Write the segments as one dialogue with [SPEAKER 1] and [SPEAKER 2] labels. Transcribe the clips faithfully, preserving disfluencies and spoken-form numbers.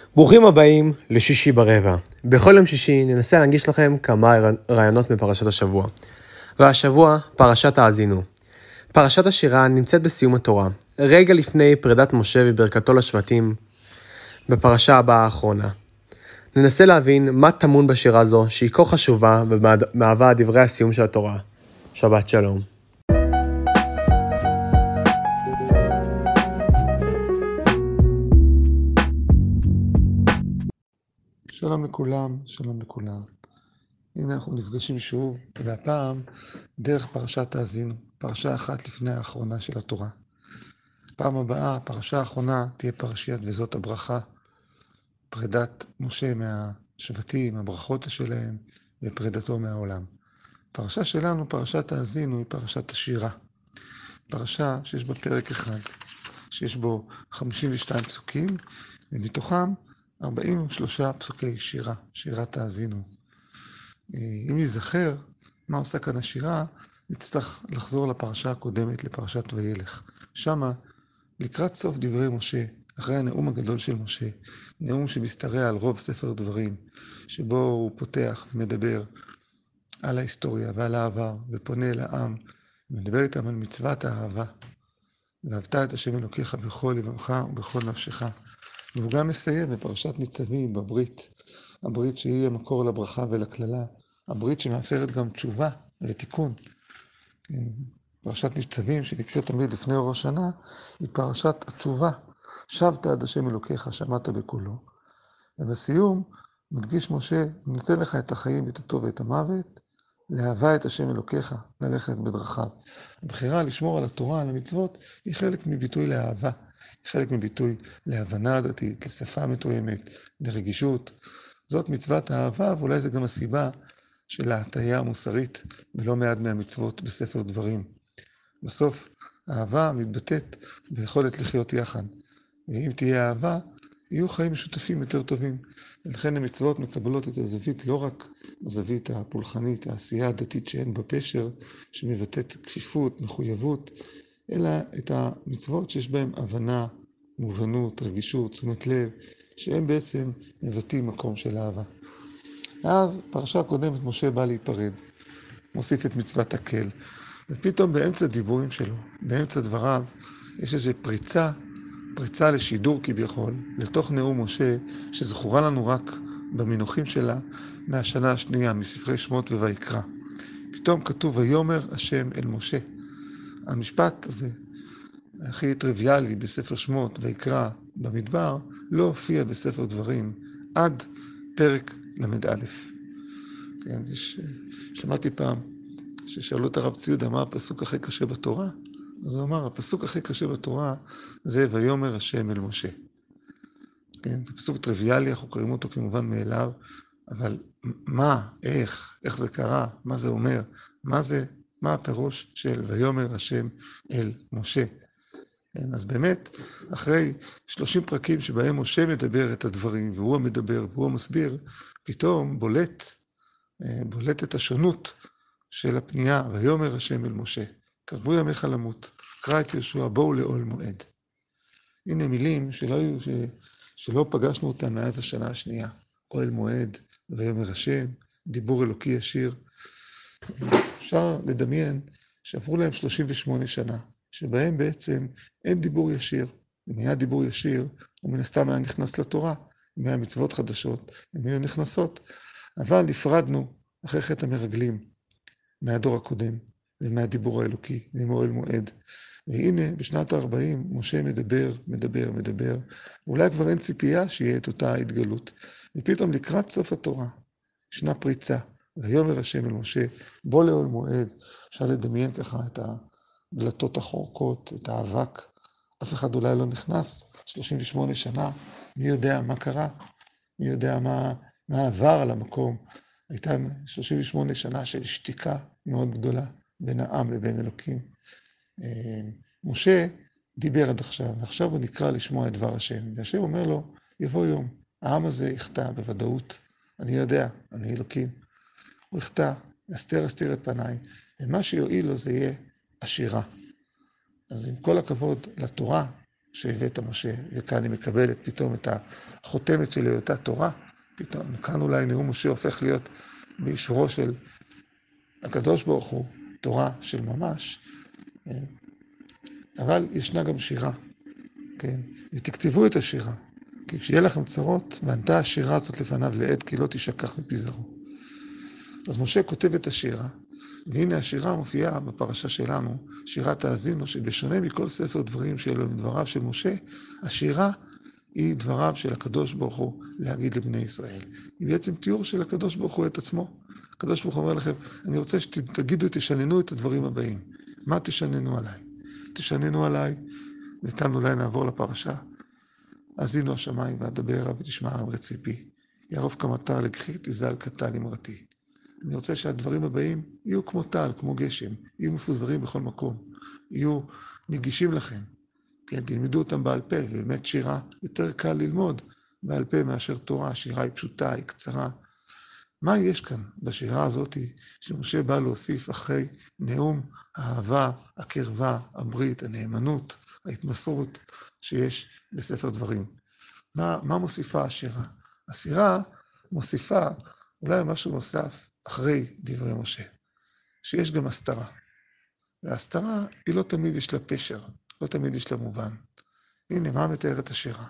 [SPEAKER 1] ברוכים הבאים לשישי ברבע. בכל יום שישי ננסה להנגיש לכם כמה רעיונות מפרשת השבוע. והשבוע, פרשת האזינו. פרשת השירה נמצאת בסיום התורה, רגע לפני פרידת משה וברכתו לשבטים, בפרשה הבאה האחרונה. ננסה להבין מה טמון בשירה זו, שהיא כה חשובה ומהווה דברי הסיום של התורה. שבת שלום.
[SPEAKER 2] שלום לכולם, שלום לכולם. הנה אנחנו נפגשים שוב, והפעם דרך פרשת האזינו, פרשה אחת לפני האחרונה של התורה. פעם הבאה, הפרשה האחרונה תהיה פרשיית וזאת הברכה, פרידת משה מהשבטים, הברכות שלהם ופרידתו מהעולם. פרשה שלנו, פרשת האזינו, היא פרשת השירה. פרשה שיש בה פרק אחד, שיש בו חמישים ושתיים פסוקים, ומתוכם ארבעים ושלושה פסוקי שירה, שירת האזינו. אם נזכר מה עושה כאן השירה, נצטרך לחזור לפרשה הקודמת, לפרשת וילך. שמה, לקראת סוף דברי משה, אחרי הנאום הגדול של משה, נאום שמסתרע על רוב ספר דברים, שבו הוא פותח ומדבר על ההיסטוריה ועל העבר, ופונה אל העם, ומדבר איתם על מצוות האהבה, ואהבת את השם אלוקיך בכל לבבך ובכל נפשך. והוא גם מסיים בפרשת ניצבים, בברית, הברית שהיא המקור לברכה ולכללה, הברית שמאפשרת גם תשובה ותיקון. פרשת ניצבים, שנקראת תמיד לפני ראש שנה, היא פרשת התשובה. שבת עד השם אלוקיך, שמעת בקולו. ובסיום מדגיש משה, נותן לך את החיים, את הטוב ואת המוות, לאהבה את השם אלוקיך, ללכת בדרכיו. הבחירה לשמור על התורה, על המצוות, היא חלק מביטוי לאהבה. חלק מביטוי להבנה דתית, לשפה מתואמת, לרגישות. זאת מצוות האהבה, ואולי זה גם הסיבה של ההטיה המוסרית ולא מעט מהמצוות בספר דברים. בסוף, האהבה מתבטאת ביכולת לחיות יחד. ואם תהיה אהבה, יהיו חיים משותפים יותר טובים. ולכן המצוות מקבלות את הזווית, לא רק הזווית הפולחנית, העשייה הדתית שאין בה פשר, שמבטאת כפיפות, מחויבות, אלא את המצוות שיש בהם הבנה, מובנות, רגישות, תשומת לב, שהם בעצם מבטאים מקום של אהבה. אז פרשה הקודמת משה בא להיפרד, מוסיף את מצוות הקל, ופתאום באמצע דיבורים שלו, באמצע דבריו, יש איזו פריצה, פריצה לשידור כביכול, לתוך נאום משה, שזכורה לנו רק במינוחים שלה, מהשנה השנייה, מספרי שמות ויקרא. פתאום כתוב, ויאמר השם אל משה. המשפט הזה, הכי טריוויאלי בספר שמות ויקרא במדבר, לא הופיע בספר דברים עד פרק למד א'. כן, יש, שמעתי פעם ששאלו את הרב ציודה מה הפסוק הכי קשה בתורה, אז הוא אמר, הפסוק הכי קשה בתורה זה ויאמר השם אל משה. כן, זה פסוק טריוויאלי, אנחנו קוראים אותו כמובן מאליו, אבל מה, איך, איך זה קרה, מה זה אומר, מה זה, מה הפירוש של ויאמר השם אל משה. כן, אז באמת, אחרי שלושים פרקים שבהם משה מדבר את הדברים, והוא המדבר והוא המסביר, פתאום בולט, בולט את השונות של הפנייה, ויאמר השם אל משה, קרבו ימיך למות, קרא את יהושע, בואו לאוהל מועד. הנה מילים שלא, היו, ש, שלא פגשנו אותם מאז השנה השנייה, אוהל מועד, ויאמר השם, דיבור אלוקי ישיר. אפשר לדמיין שעברו להם שלושים ושמונה שנה, שבהם בעצם אין דיבור ישיר. אם היה דיבור ישיר, הוא מן הסתם היה נכנס לתורה, אם היה מצוות חדשות, הם היו נכנסות, אבל נפרדנו אחרי חטא המרגלים, מהדור הקודם, ומהדיבור האלוקי, ממאוהל מועד. והנה, בשנת ה-ארבעים, משה מדבר, מדבר, מדבר, ואולי כבר אין ציפייה שיהיה את אותה התגלות. ופתאום לקראת סוף התורה, ישנה פריצה, ויאמר השם אל משה, בוא לאוהל מועד. אפשר לדמיין ככה את הדלתות החורקות, את האבק. אף אחד אולי לא נכנס, שלושים ושמונה שנה, מי יודע מה קרה, מי יודע מה, מה עבר על המקום. הייתה שלושים ושמונה שנה של שתיקה מאוד גדולה, בין העם לבין אלוקים. משה דיבר עד עכשיו, ועכשיו הוא נקרא לשמוע את דבר השם. והשם אומר לו, יבוא יום, העם הזה יחטא בוודאות. אני יודע, אני אלוקים. הוא יחטא, אסתר אסתיר את פניי, ומה שיועיל לו זה יהיה השירה. אז עם כל הכבוד לתורה, שהבאת משה, וכאן היא מקבלת פתאום את החותמת של היותה תורה, פתאום כאן אולי נאום משה הופך להיות באישורו של הקדוש ברוך הוא, תורה של ממש, כן? אבל ישנה גם שירה, כן? ותכתבו את השירה, כי כשיהיה לכם צרות, וענתה השירה הזאת לפניו לעד, כי לא תשכח מפי זרעו. אז משה כותב את השירה, והנה השירה מופיעה בפרשה שלנו, שירת האזינו, שבשונה מכל ספר דברים שאלו מדבריו של משה, השירה היא דבריו של הקדוש ברוך הוא להגיד לבני ישראל. היא בעצם תיאור של הקדוש ברוך הוא את עצמו. הקדוש ברוך הוא אומר לכם, אני רוצה שתגידו, תשננו את הדברים הבאים. מה תשננו עליי? תשננו עליי, וכאן אולי נעבור לפרשה. האזינו השמיים ואדבר ותשמע אמרי פי. יערוף כמטר לקחי תזל קטן אמרתי. אני רוצה שהדברים הבאים יהיו כמו טל, כמו גשם, יהיו מפוזרים בכל מקום, יהיו נגישים לכם. כן, תלמדו אותם בעל פה, ובאמת שירה יותר קל ללמוד בעל פה מאשר תורה. שירה היא פשוטה, היא קצרה. מה יש כאן בשירה הזאת שמשה בא להוסיף אחרי נאום האהבה, הקרבה, הברית, הנאמנות, ההתמסרות שיש בספר דברים? מה, מה מוסיפה השירה? השירה מוסיפה אולי משהו נוסף אחרי דברי משה, שיש גם הסתרה. וההסתרה היא לא תמיד יש לה פשר, לא תמיד יש לה מובן. הנה, מה מתארת השירה?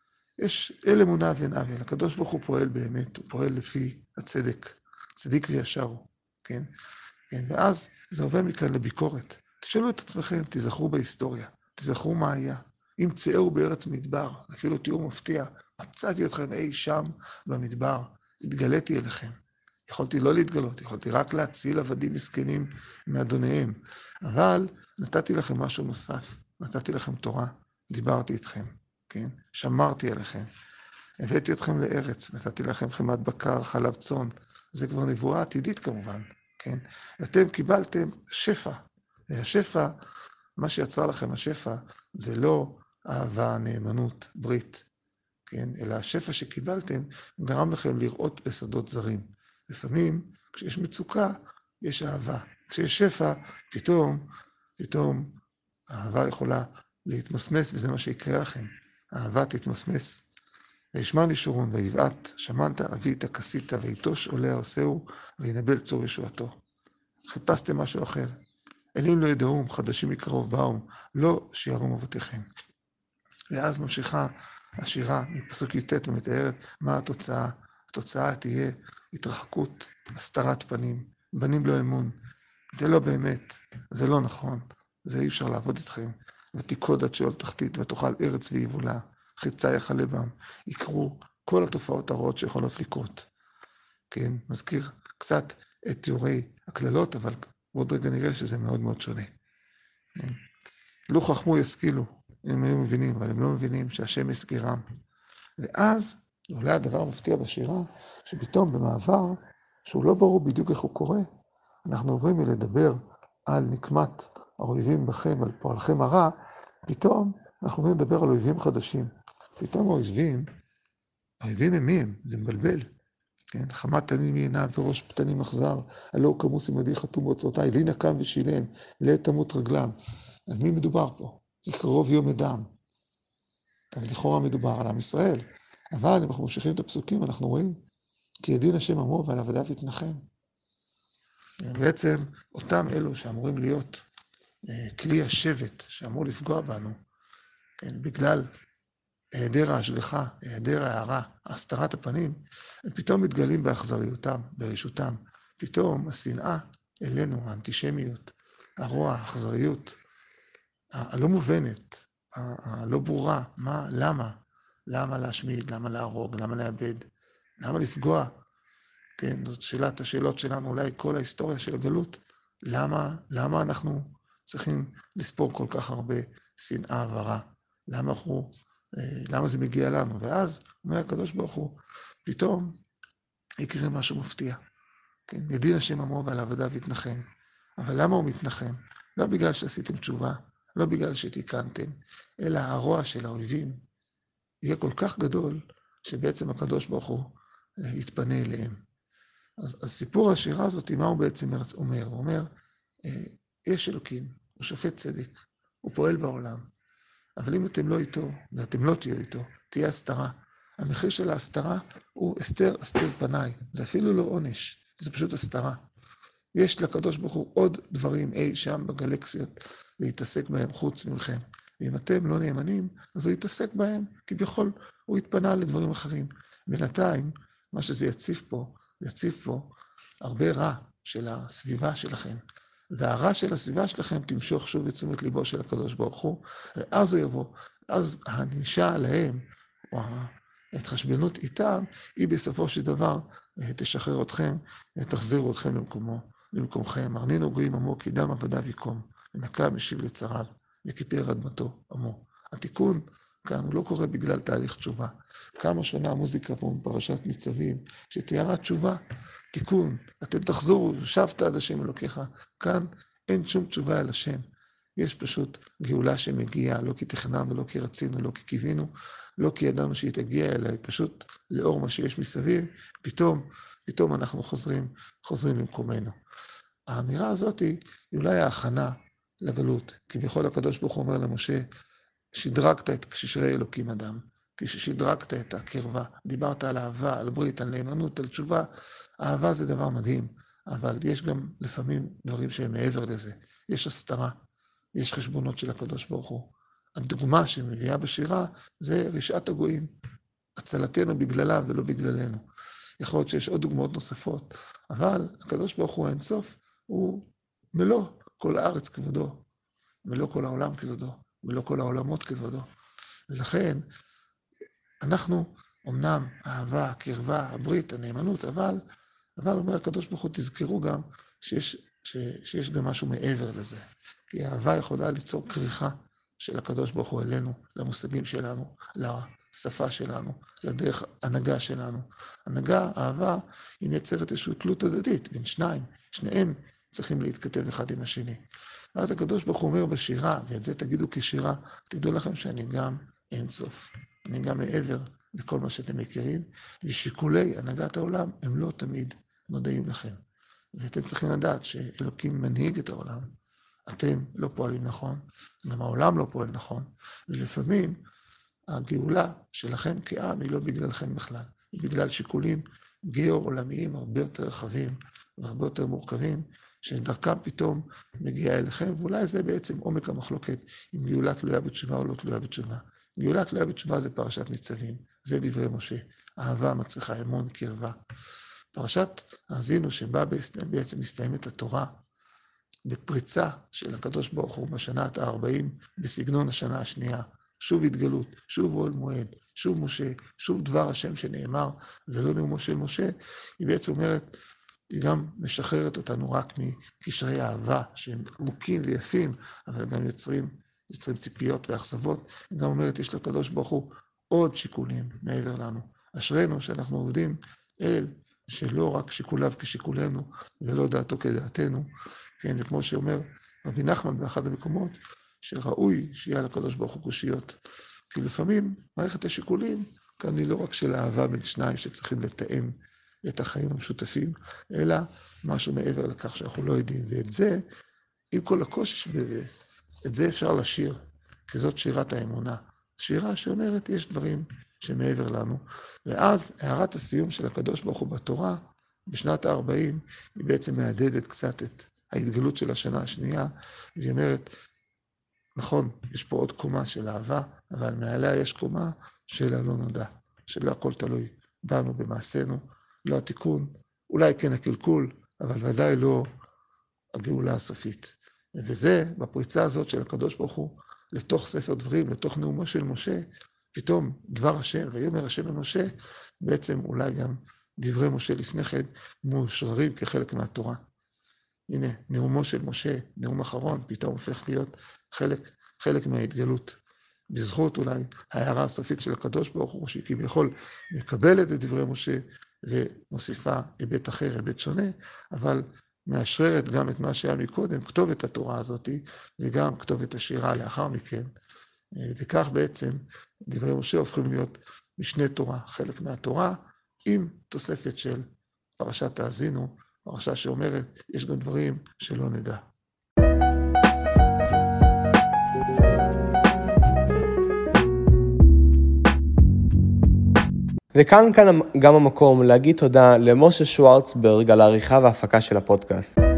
[SPEAKER 2] יש אל אמונה ואין עוול. הקדוש ברוך הוא פועל באמת, הוא פועל לפי הצדק. צדיק וישר הוא, כן? כן? ואז זה עובר מכאן לביקורת. תשאלו את עצמכם, תזכרו בהיסטוריה, תזכרו מה היה. אם צאו בארץ מדבר, אפילו תיאור מפתיע, מצאתי אתכם אי שם במדבר, התגליתי אליכם. יכולתי לא להתגלות, יכולתי רק להציל עבדים מסכנים מאדוניהם, אבל נתתי לכם משהו נוסף, נתתי לכם תורה, דיברתי איתכם, כן? שמרתי עליכם, הבאתי אתכם לארץ, נתתי לכם חמת בקר, חלב צאן, זה כבר נבואה עתידית כמובן, כן? ואתם קיבלתם שפע, והשפע, מה שיצר לכם השפע, זה לא אהבה, נאמנות, ברית, כן? אלא השפע שקיבלתם גרם לכם לראות בשדות זרים. לפעמים, כשיש מצוקה, יש אהבה. כשיש שפע, פתאום, פתאום, האהבה יכולה להתמסמס, וזה מה שיקרה לכם. האהבה תתמסמס. וישמע שורון, ויבעט, שמנת, אבית, כסית, ויתוש עולה עושהו, וינבל צור ישועתו. חיפשתם משהו אחר. אלים לא ידעום, חדשים מקרוב באום, לא שיערום אבותיכם. ואז ממשיכה השירה מפסוק י"ט ומתארת מה התוצאה. התוצאה תהיה התרחקות, הסתרת פנים, בנים לא אמון. זה לא באמת, זה לא נכון, זה אי אפשר לעבוד איתכם. ותיקוד עד שאול תחתית ותאכל ארץ ויבולה, חיצה יחלה בם, יקרו כל התופעות הרעות שיכולות לקרות. כן, מזכיר קצת את תיאורי הכללות, אבל עוד רגע נראה שזה מאוד מאוד שונה. כן. לו חכמו ישכילו, הם היו מבינים, אבל הם לא מבינים שהשם יסגירם. ואז, אולי הדבר המפתיע בשירה, שפתאום במעבר, שהוא לא ברור בדיוק איך הוא קורה, אנחנו עוברים מלדבר על נקמת האויבים בכם, על פועלכם הרע, פתאום אנחנו עוברים לדבר על אויבים חדשים. פתאום האויבים, האויבים הם מי הם? זה מבלבל. כן? חמת תנים מעיניו וראש פתנים אכזר, הלא הוא כמוס עמדי חתום באוצרותיי, לי נקם ושילם, לעת תמות רגלם. על מי מדובר פה? כי קרוב יום אדם. אז לכאורה מדובר על עם ישראל. אבל אם אנחנו ממשיכים את הפסוקים, אנחנו רואים כי ידין השם עמו ועל עבדיו יתנחם. בעצם אותם אלו שאמורים להיות כלי השבט, שאמור לפגוע בנו, כן, בגלל היעדר ההשגחה, היעדר ההערה, הסתרת הפנים, הם פתאום מתגלים באכזריותם, ברשותם. פתאום השנאה אלינו, האנטישמיות, הרוע, האכזריות, הלא מובנת, הלא ברורה, מה, למה? למה להשמיד, למה להרוג, למה לאבד, למה לפגוע? כן, זאת שאלת השאלות שלנו, אולי כל ההיסטוריה של הגלות, למה, למה אנחנו צריכים לספור כל כך הרבה שנאה ורע? למה אנחנו, למה זה מגיע לנו? ואז, אומר הקדוש ברוך הוא, פתאום יקרה משהו מפתיע. כן, ידין השם עמו ועל עבדיו יתנחם. אבל למה הוא מתנחם? לא בגלל שעשיתם תשובה, לא בגלל שתיקנתם, אלא הרוע של האויבים יהיה כל כך גדול, שבעצם הקדוש ברוך הוא יתפנה אליהם. אז, אז סיפור השירה הזאת, מה הוא בעצם אומר? הוא אומר, יש אלוקים, הוא שופט צדק, הוא פועל בעולם, אבל אם אתם לא איתו, ואתם לא תהיו איתו, תהיה הסתרה. המחיר של ההסתרה הוא הסתר, הסתר פניי. זה אפילו לא עונש, זה פשוט הסתרה. יש לקדוש ברוך הוא עוד דברים אי שם בגלקסיות להתעסק בהם חוץ ממכם. ואם אתם לא נאמנים, אז הוא יתעסק בהם, כביכול הוא יתפנה לדברים אחרים. בינתיים, מה שזה יציף פה, יציף פה הרבה רע של הסביבה שלכם. והרע של הסביבה שלכם תמשוך שוב את תשומת ליבו של הקדוש ברוך הוא, ואז הוא יבוא, אז הענישה עליהם, או ההתחשבנות איתם, היא בסופו של דבר תשחרר אתכם, ותחזירו אתכם למקומו, למקומכם. ארנינו גויים עמו, כי דם עבדיו יקום, ונקה משיב לצריו, וכיפר אדמתו עמו. התיקון כאן הוא לא קורה בגלל תהליך תשובה. כמה שונה המוזיקה פה מפרשת ניצבים, שתיארה תשובה, תיקון, אתם תחזורו, שבת עד השם אלוקיך. כאן אין שום תשובה אל השם. יש פשוט גאולה שמגיעה, לא כי תכננו, לא כי רצינו, לא כי קיווינו, לא כי ידענו שהיא תגיע אליי, פשוט לאור מה שיש מסביב, פתאום, פתאום אנחנו חוזרים, חוזרים למקומנו. האמירה הזאת היא אולי ההכנה לגלות, כי בכל הקדוש ברוך הוא אומר למשה, שדרגת את קשרי אלוקים אדם, כששדרגת את הקרבה, דיברת על אהבה, על ברית, על נאמנות, על תשובה, אהבה זה דבר מדהים, אבל יש גם לפעמים דברים שהם מעבר לזה, יש הסתרה, יש חשבונות של הקדוש ברוך הוא. הדוגמה שמביאה בשירה זה רשעת הגויים, הצלתנו בגללה ולא בגללנו. יכול להיות שיש עוד דוגמאות נוספות, אבל הקדוש ברוך הוא האינסוף, הוא מלוא כל הארץ כבודו, מלוא כל העולם כבודו, מלוא כל העולמות כבודו. ולכן אנחנו אמנם אהבה, הקרבה, הברית, הנאמנות, אבל, אבל אומר הקדוש ברוך הוא, תזכרו גם שיש, ש, שיש גם משהו מעבר לזה. כי האהבה יכולה ליצור כריכה של הקדוש ברוך הוא אלינו, למושגים שלנו, לשפה שלנו, לדרך הנהגה שלנו. הנהגה, אהבה, היא מייצרת איזושהי תלות הדדית בין שניים, שניהם צריכים להתכתב אחד עם השני. ואז הקדוש ברוך הוא אומר בשירה, ואת זה תגידו כשירה, תדעו לכם שאני גם אין סוף. אני גם מעבר לכל מה שאתם מכירים, ושיקולי הנהגת העולם הם לא תמיד נודעים לכם. ואתם צריכים לדעת שאלוקים מנהיג את העולם, אתם לא פועלים נכון, גם העולם לא פועל נכון, ולפעמים הגאולה שלכם כעם היא לא בגללכם בכלל, היא בגלל שיקולים גיאו-עולמיים הרבה יותר רחבים והרבה יותר מורכבים, שדרכם פתאום מגיעה אליכם, ואולי זה בעצם עומק המחלוקת, אם גאולה תלויה בתשובה או לא תלויה בתשובה. גאולה תלויה בתשובה זה פרשת ניצבים, זה דברי משה, אהבה מצריכה אמון קרבה. פרשת האזינו שבה בעצם מסתיימת התורה, בפריצה של הקדוש ברוך הוא בשנה ה-ארבעים, בסגנון השנה השנייה, שוב התגלות, שוב אוהל מועד, שוב משה, שוב דבר השם שנאמר, ולא נאומו של משה, היא בעצם אומרת, היא גם משחררת אותנו רק מקשרי אהבה, שהם עמוקים ויפים, אבל גם יוצרים, יוצרים ציפיות ואכזבות. היא גם אומרת, יש לקדוש ברוך הוא עוד שיקולים מעבר לנו. אשרינו שאנחנו עובדים אל, שלא רק שיקוליו כשיקולנו, ולא דעתו כדעתנו, כן, וכמו שאומר רבי נחמן באחד המקומות, שראוי שיהיה לקדוש ברוך הוא קושיות, כי לפעמים מערכת השיקולים, כאן היא לא רק של אהבה בין שניים שצריכים לתאם את החיים המשותפים, אלא משהו מעבר לכך שאנחנו לא יודעים, ואת זה, עם כל הקושי שבזה, את זה אפשר לשיר, כי זאת שירת האמונה, שירה שאומרת יש דברים שמעבר לנו, ואז הערת הסיום של הקדוש ברוך הוא בתורה, בשנת ה-ארבעים, היא בעצם מהדהדת קצת את ההתגלות של השנה השנייה, והיא אומרת, נכון, יש פה עוד קומה של אהבה, אבל מעליה יש קומה של הלא נודע, שלא הכל תלוי בנו במעשינו, לא התיקון, אולי כן הקלקול, אבל ודאי לא הגאולה הסופית. וזה, בפריצה הזאת של הקדוש ברוך הוא, לתוך ספר דברים, לתוך נאומו של משה, פתאום דבר השם, ויאמר השם למשה, בעצם אולי גם דברי משה לפני כן, מאושררים כחלק מהתורה. הנה, נאומו של משה, נאום אחרון, פתאום הופך להיות חלק, חלק מההתגלות. בזכות אולי ההערה הסופית של הקדוש ברוך הוא, שהיא כביכול מקבלת את דברי משה, ומוסיפה היבט אחר, היבט שונה, אבל מאשררת גם את מה שהיה מקודם, כתוב את התורה הזאת, וגם כתוב את השירה לאחר מכן, וכך בעצם דברי משה הופכים להיות משנה תורה, חלק מהתורה, עם תוספת של פרשת האזינו, פרשה שאומרת, יש גם דברים שלא נדע.
[SPEAKER 1] וכאן כאן גם המקום להגיד תודה למשה שוורצברג על העריכה וההפקה של הפודקאסט.